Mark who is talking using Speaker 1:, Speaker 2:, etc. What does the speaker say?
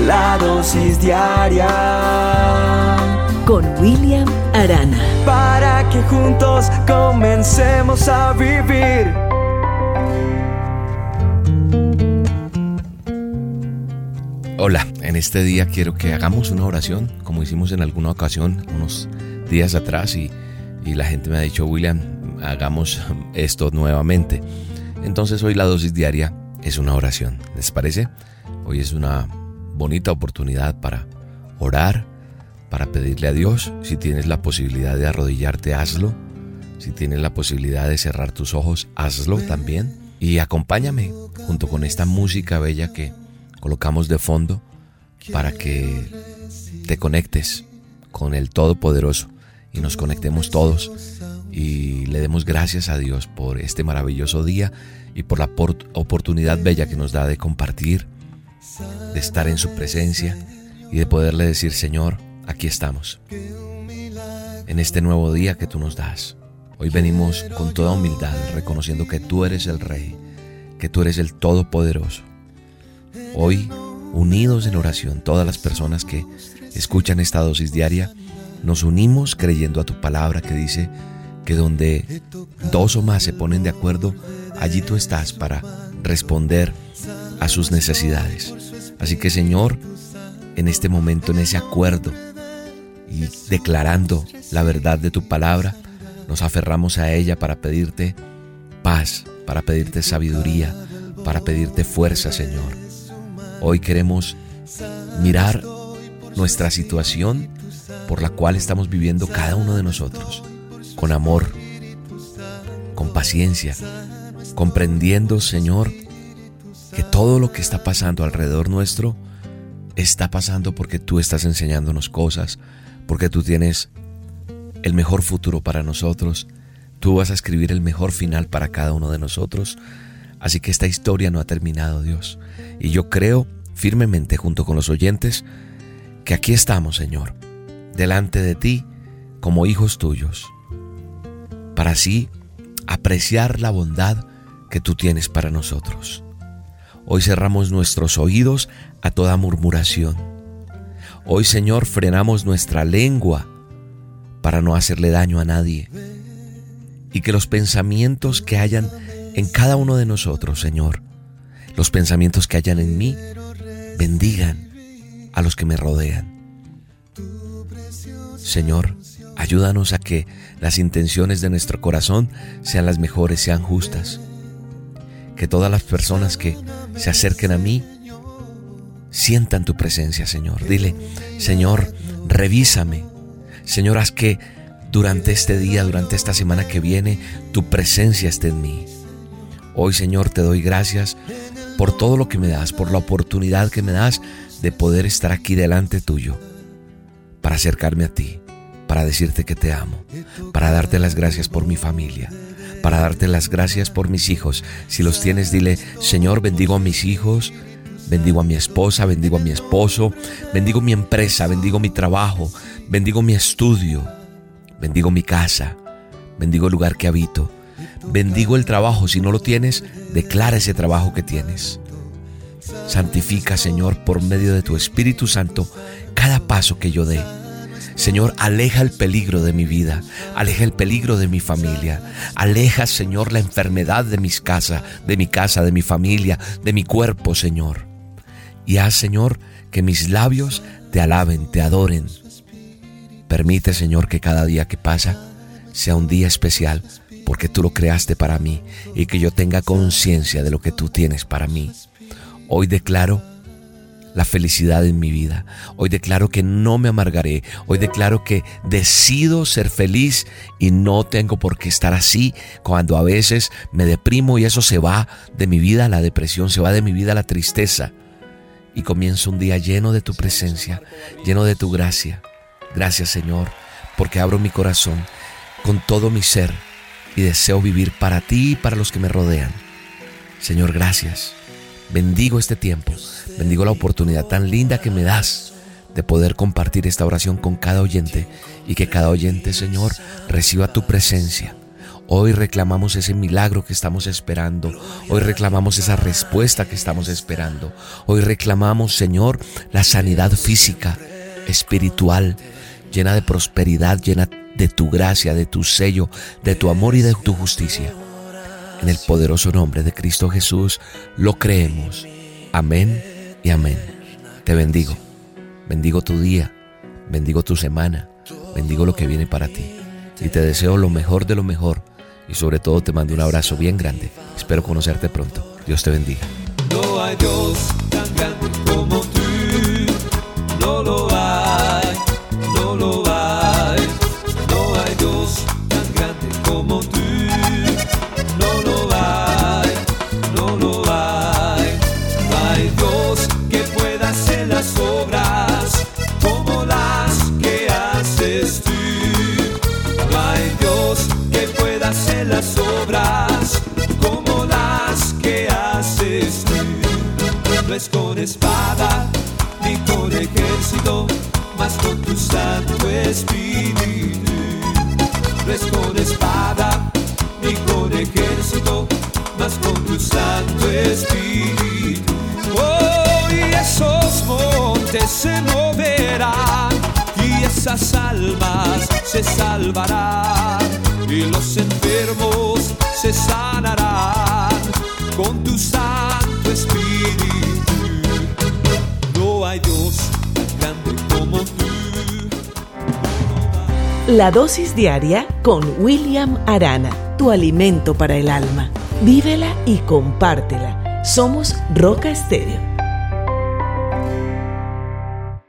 Speaker 1: La dosis diaria
Speaker 2: con William Arana,
Speaker 1: para que juntos comencemos a vivir.
Speaker 3: Hola, en este día quiero que hagamos una oración como hicimos en alguna ocasión unos días atrás y la gente me ha dicho, William, hagamos esto nuevamente. Entonces hoy la dosis diaria es una oración, ¿les parece? Hoy es una bonita oportunidad para orar, para pedirle a Dios. Si tienes la posibilidad de arrodillarte, hazlo. Si tienes la posibilidad de cerrar tus ojos, hazlo también. Y acompáñame junto con esta música bella que colocamos de fondo para que te conectes con el Todopoderoso y nos conectemos todos y le demos gracias a Dios por este maravilloso día y por la oportunidad bella que nos da de compartir, de estar en su presencia y de poderle decir, Señor, aquí estamos en este nuevo día que tú nos das. Hoy venimos con toda humildad reconociendo que tú eres el Rey, que tú eres el Todopoderoso. Hoy, unidos en oración, todas las personas que escuchan esta dosis diaria, nos unimos creyendo a tu palabra que dice que donde dos o más se ponen de acuerdo, allí tú estás para responder a sus necesidades. Así que, Señor, en este momento, en ese acuerdo y declarando la verdad de tu palabra, nos aferramos a ella para pedirte paz, para pedirte sabiduría, para pedirte fuerza, Señor. Hoy queremos mirar nuestra situación por la cual estamos viviendo cada uno de nosotros, con amor, con paciencia, comprendiendo, Señor, que todo lo que está pasando alrededor nuestro está pasando porque tú estás enseñándonos cosas, porque tú tienes el mejor futuro para nosotros, tú vas a escribir el mejor final para cada uno de nosotros. Así que esta historia no ha terminado, Dios. Y yo creo firmemente junto con los oyentes que aquí estamos, Señor, delante de ti como hijos tuyos, para así apreciar la bondad que tú tienes para nosotros. Hoy cerramos nuestros oídos a toda murmuración. Hoy, Señor, frenamos nuestra lengua para no hacerle daño a nadie. Y que los pensamientos que hayan en cada uno de nosotros, Señor, los pensamientos que hayan en mí, bendigan a los que me rodean. Señor, ayúdanos a que las intenciones de nuestro corazón sean las mejores, sean justas. Que todas las personas que se acerquen a mí sientan tu presencia, Señor. Dile, Señor, revísame. Señor, haz que durante este día, durante esta semana que viene, tu presencia esté en mí. Hoy, Señor, te doy gracias por todo lo que me das, por la oportunidad que me das de poder estar aquí delante tuyo, para acercarme a ti, para decirte que te amo, para darte las gracias por mi familia, para darte las gracias por mis hijos. Si los tienes, dile, Señor, bendigo a mis hijos, bendigo a mi esposa, bendigo a mi esposo, bendigo mi empresa, bendigo mi trabajo, bendigo mi estudio, bendigo mi casa, bendigo el lugar que habito, bendigo el trabajo. Si no lo tienes, declara ese trabajo que tienes. Santifica, Señor, por medio de tu Espíritu Santo, cada paso que yo dé. Señor, aleja el peligro de mi vida, aleja el peligro de mi familia, aleja, Señor, la enfermedad de mi casa, de mi familia, de mi cuerpo, Señor. Y haz, Señor, que mis labios te alaben, te adoren. Permite, Señor, que cada día que pasa sea un día especial, porque tú lo creaste para mí y que yo tenga conciencia de lo que tú tienes para mí. Hoy declaro la felicidad en mi vida. Hoy declaro que no me amargaré. Hoy declaro que decido ser feliz y no tengo por qué estar así cuando a veces me deprimo y eso se va de mi vida, la depresión, se va de mi vida la tristeza. Y comienzo un día lleno de tu presencia, lleno de tu gracia. Gracias, Señor, porque abro mi corazón con todo mi ser y deseo vivir para ti y para los que me rodean. Señor, gracias. Bendigo este tiempo, bendigo la oportunidad tan linda que me das de poder compartir esta oración con cada oyente y que cada oyente, Señor, reciba tu presencia. Hoy reclamamos ese milagro que estamos esperando. Hoy reclamamos esa respuesta que estamos esperando. Hoy reclamamos, Señor, la sanidad física, espiritual, llena de prosperidad, llena de tu gracia, de tu sello, de tu amor y de tu justicia. En el poderoso nombre de Cristo Jesús lo creemos. Amén y amén. Te bendigo. Bendigo tu día. Bendigo tu semana. Bendigo lo que viene para ti. Y te deseo lo mejor de lo mejor. Y sobre todo te mando un abrazo bien grande. Espero conocerte pronto. Dios te bendiga.
Speaker 1: No hay Dios tan grande como tú. No lo hay, no lo hay. No hay Dios tan grande como tú. No lo hay, no lo hay. No hay Dios que pueda hacer las obras como las que haces tú. No hay Dios que pueda hacer las obras como las que haces tú. No es con espada ni con ejército, mas con tu Santo Espíritu. No es con espada ni con ejército, mas con tu Santo Espíritu. Oh, y esos montes se moverán, y esas almas se salvarán, y los enfermos se sanarán con tu Santo Espíritu. No hay Dios tan grande como tú.
Speaker 2: La dosis diaria con William Arana, tu alimento para el alma. Vívela y compártela. Somos Roca Estéreo.